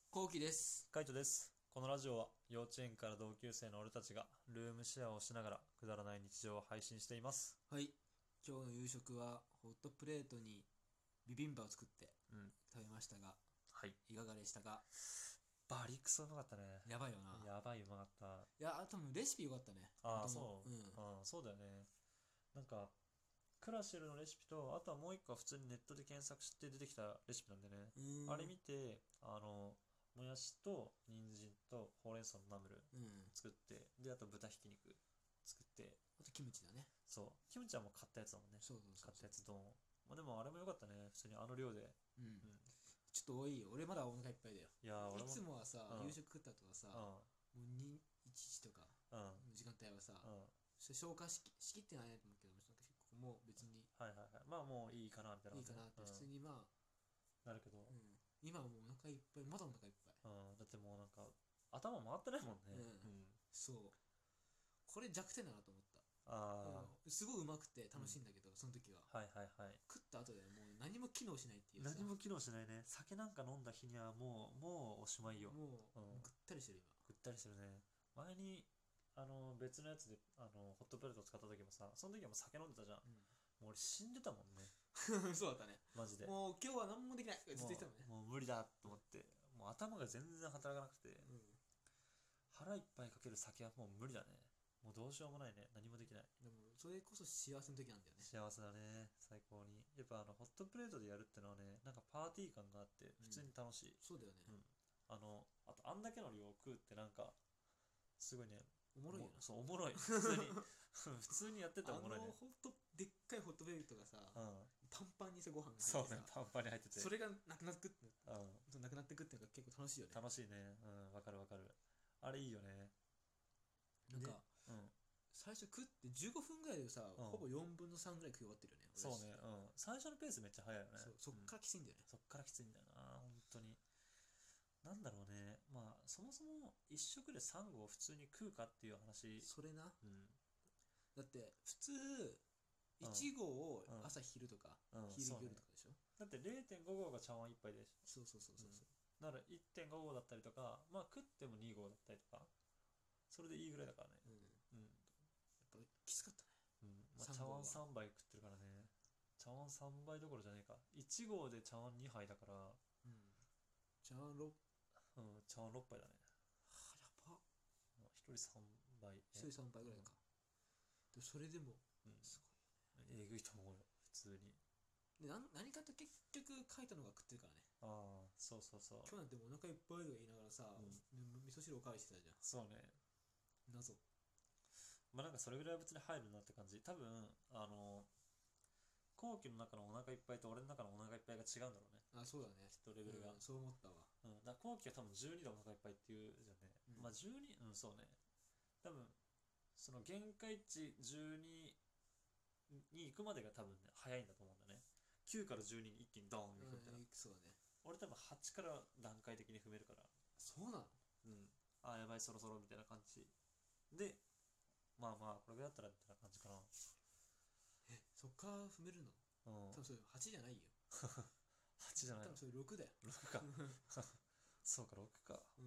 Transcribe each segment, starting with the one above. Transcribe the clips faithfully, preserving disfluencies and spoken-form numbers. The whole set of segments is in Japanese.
こうきです。 カイトです。このラジオは幼稚園から同級生の俺たちがルームシェアをしながらくだらない日常を配信しています。 はい。今日の夕食はホットプレートにビビンバを作ってうん。 食べましたが、 はい。 いかがでしたか？ バリクソうまかったね。 やばいよな。 やばいうまかった。 いや、多分レシピよかったね。 ああ、 元のそう。 うん。 ああ、そうだよね。なんか、クラシルのレシピと、あとはもう一個は普通にネットで検索して出てきたレシピなんでね。 うーん。 あれ見て、あの、もやしと人参とほうれん草のナムルうん。 作って、で、あと豚ひき肉作って、 あとキムチだね。 そう。キムチはもう買ったやつだもんね。 そうそうそうそう。 買ったやつドン。まあ、でもあれも良かったね。普通にあの量で。 うん。 うん。 ちょっと多いよ。俺まだお腹いっぱいだよ。 いやー、俺いも、 つもはさ、 うん、 夕食食った後はさ、 うん、 もうに、いちじとかうん、 の時間帯はさ、 うん。 そ消化しきしきってないと思うけど、なんか結構もう別にはいはいはい。まあもういいかな、みたいないい感じね。 かなって、普通にまあ、 うん。なるけど、 うん、今はもうお腹いっぱい、まだお腹いっぱい。 うん。だってもうなんか、頭回ってないもんね。 うん。 うん。 そう。これ弱点だなと思った。 あうん、すごいうまくてー、うん。 楽しいんだけど、その時は。 はいはいはい。 食った後でもう何も機能しないっていうさ。 何も機能しないね。酒なんか飲んだ日にはもう、もうおしまいよ。 もう、 うん。 ぐったりしてるぐったりしてるね。前に、あの、別のやつで、あの、ホットプレートを使った時もさ、その時はもう酒飲んでたじゃん。もう俺死んでたもんね。 今。うん。そうだったね。 マジで。 もう今日は何もできない。ずっと言ってたもんね。 もう、もう無理だと思って。もう頭が全然働かなくて。 うん。 腹いっぱいかける酒はもう無理だね。もうどうしようもないね。何もできない。 でも、それこそ幸せの時なんだよね。 幸せだね。最高に。やっぱあの、ホットプレートでやるってのはね、なんかパーティー感があって、普通に楽しい。 そうだよね。 うん。あの、あとあんだけの量を食うってなんか、すごいね、 おもろいよな。 そう、おもろい。普通に普通にやっててあのおもろいね。 ほんとでっかいホットプレートがさ、 うん。 パンパンにさご飯が入ってさ、 そうね、パンパンに入ってて。 それがなくなってくって、 うん。 そうなくなってくっていうのが結構楽しいよね。 楽しいね。うん、わかるわかる。あれいいよね。で、 なんか、 うん。 最初食ってじゅうごふんぐらいでさ、 うんほぼよんぶんのさんぐらい食い終わってるよね。俺そうね、うん。最初のペースめっちゃ速いよね。 そう、そっうん。 からきついんだよね。 そっからきついんだよな、本当に。なんだろうね。まあ、そもそも一食でサンゴを普通に食うかっていう話。 それな。 うん。 だって普通いち合をうん。 朝昼とか、 うん、 昼そうね。 夜とかでしょ。 だってれいてんご合が茶碗一杯でしそうそうそうょ。 そうそう。 うん。だからいってんご合だったりとか、まあ食ってもに合だったりとか、それでいいぐらいだからね。 うん。 うん。 やっぱきつかったね。 うん。まあ、 3 茶碗合は。 さんばい食ってるからね。茶碗さんばいどころじゃねえか。いち合で茶碗にはいだから、 うん。じゃあろうん、茶碗ろっぱいだね。 はあ、やばっ。 ひとりさんばい。 一人さんばいぐらいか。でもそれでもうん。 すえぐいと思うよ、普通に。 ごい。でなん何かと結局書いたのが食ってるからね。 ああ、そうそうそう。 今日なんてもうお腹いっぱいとか言いながらさ、 うん。 み味噌汁おかわりしてたじゃん。 そうね。 謎。 まあなんかそれぐらいは別に入るなって感じ。多分、あの、後期の中のお腹いっぱいと俺の中のお腹いっぱいが違うんだろうね。 あ、そうだね。 きっとレベルが。 うん、そう思ったわ。 うん。だから後期は多分じゅうにでお腹いっぱいっていうじゃんね。 うん。 まあじゅうに、うん、そうね。多分、その限界値じゅうにに行くまでが多分ね、早いんだと思うんだね。きゅうからじゅうにに一気にドーンに行くみたいな。 うん、そうだね。 俺多分はちから段階的に踏めるから。 そうなの？ うん。ああ、やばい、そろそろみたいな感じ。で、まあまあ、これぐらいだったらみたいな感じかな。 え、そっから踏めるの？ うん。 多分それはちじゃないよ。 はちじゃないの？ 多分それろくだよ。 ろく か。そうか、ろくか。 うん、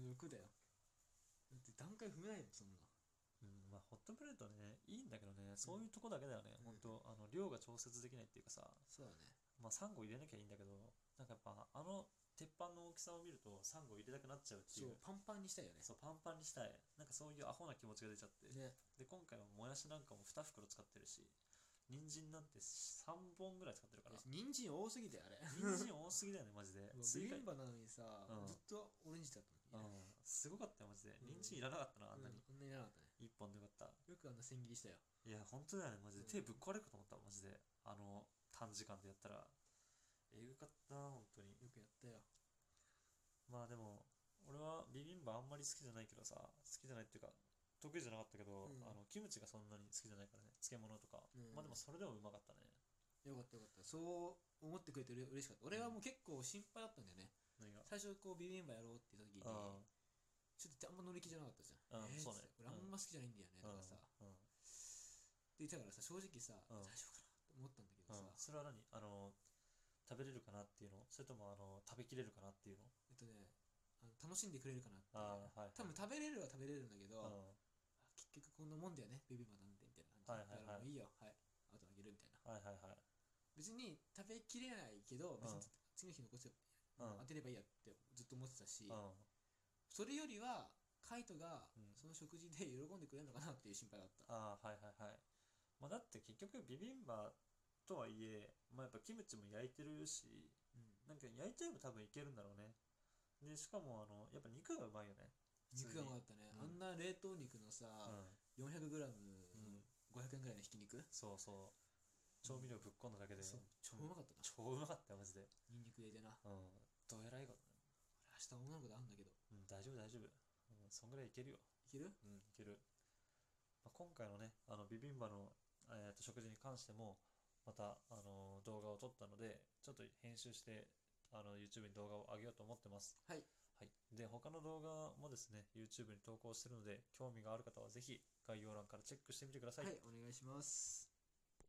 ろくだよ。だって段階踏めないもん、そんな。 うん、まあ、ホットプレートね、いいんだけどね、そういうとこだけだよね。 うん、 ほんと、あの、量が調節できないっていうかさ、 そうだね。 まあ、さん合入れなきゃいいんだけど、なんかやっぱ、あの、鉄板の大きさを見ると、さん合入れたくなっちゃうっていう。 そう、パンパンにしたいよね。 そう、パンパンにしたい。なんかそういうアホな気持ちが出ちゃって。 ね。 で、今回はもやしなんかもに袋使ってるし、人参なんてさんぼんぐらい使ってるから。 人参多すぎてあれ。 人参多すぎだよね、マジで。 もう追加ビビンバなのにさ、 うんずっとオレンジだったのに。 うん、すごかったよ、マジで。 うん人参いらなかったな、あんなに。 うん、こんなになかったね。 一本でよかった。 よくあんな千切りしたよ。 いや、本当だよね、マジで。 うん手ぶっ壊れるかと思った、マジで。あの、短時間でやったら。えぐかったな、本当に。 よくやったよ。 まあでも、俺はビビンバあんまり好きじゃないけどさ、好きじゃないっていうか、得意じゃなかったけど、 うん、 あのキムチがそんなに好きじゃないからね、漬物とか。 うん、 まあでもそれでもうまかったね。 よかったよかった。そう思ってくれてうれ嬉しかった。俺はもう結構心配だったんだよね。 何が。 最初こうビビンバやろうって言った時に、 あちょっとあんま乗り気じゃなかったじゃん。 あ、うん、 えーそうねっつって俺あんま好きじゃないんだよねとかさ。 うん、うん、 って言ったからさ、正直さ、 うん大丈夫かなって思ったんだけどさ、 うん。それは何あの、食べれるかなっていうのそれともあの、食べきれるかなっていうの。 えっとね、 楽しんでくれるかなっていう。 あー、はい、 多分食べれるは食べれるんだけど、 うん結局こんなもんだよねビビンバなんてみたいな感じ、 はいはいはいだからもういいよ、はい、あとあげるみたいな。 はいはいはい別に食べきれないけど、別に次の日残せば、 うん当てればいいやってずっと思ってたし、 うんそれよりはカイトがうんその食事で喜んでくれるのかなっていう心配があった。 ああはいはいはい。まあ、だって結局ビビンバとはいえ、まあ、やっぱキムチも焼いてるし、 うん、 なんか焼いちゃえば多分いけるんだろうね。でしかもあのやっぱ肉がうまいよね。 肉がうまかったね、 うんあんな冷凍肉のさ、 うよんひゃくグラムんごひゃくえんぐらいのひき肉、 そうそう調味料ぶっこんだだけで、 そう超うまかったな、 超うまかったよマジで。 ニンニク入れてな。 うんどうやらいいことね。 明日女の子で会うんだけど、 うん大丈夫大丈夫、うん、そんぐらいいけるよ。 いける？ うんいける。まあ、今回のねあのビビンバの、えーと食事に関してもまた、あの動画を撮ったのでちょっと編集してあの YouTube に動画を上げようと思ってます。 はい、 はい、で他の動画もですね YouTube に投稿してるので興味がある方はぜひ概要欄からチェックしてみてください。 はい、お願いします。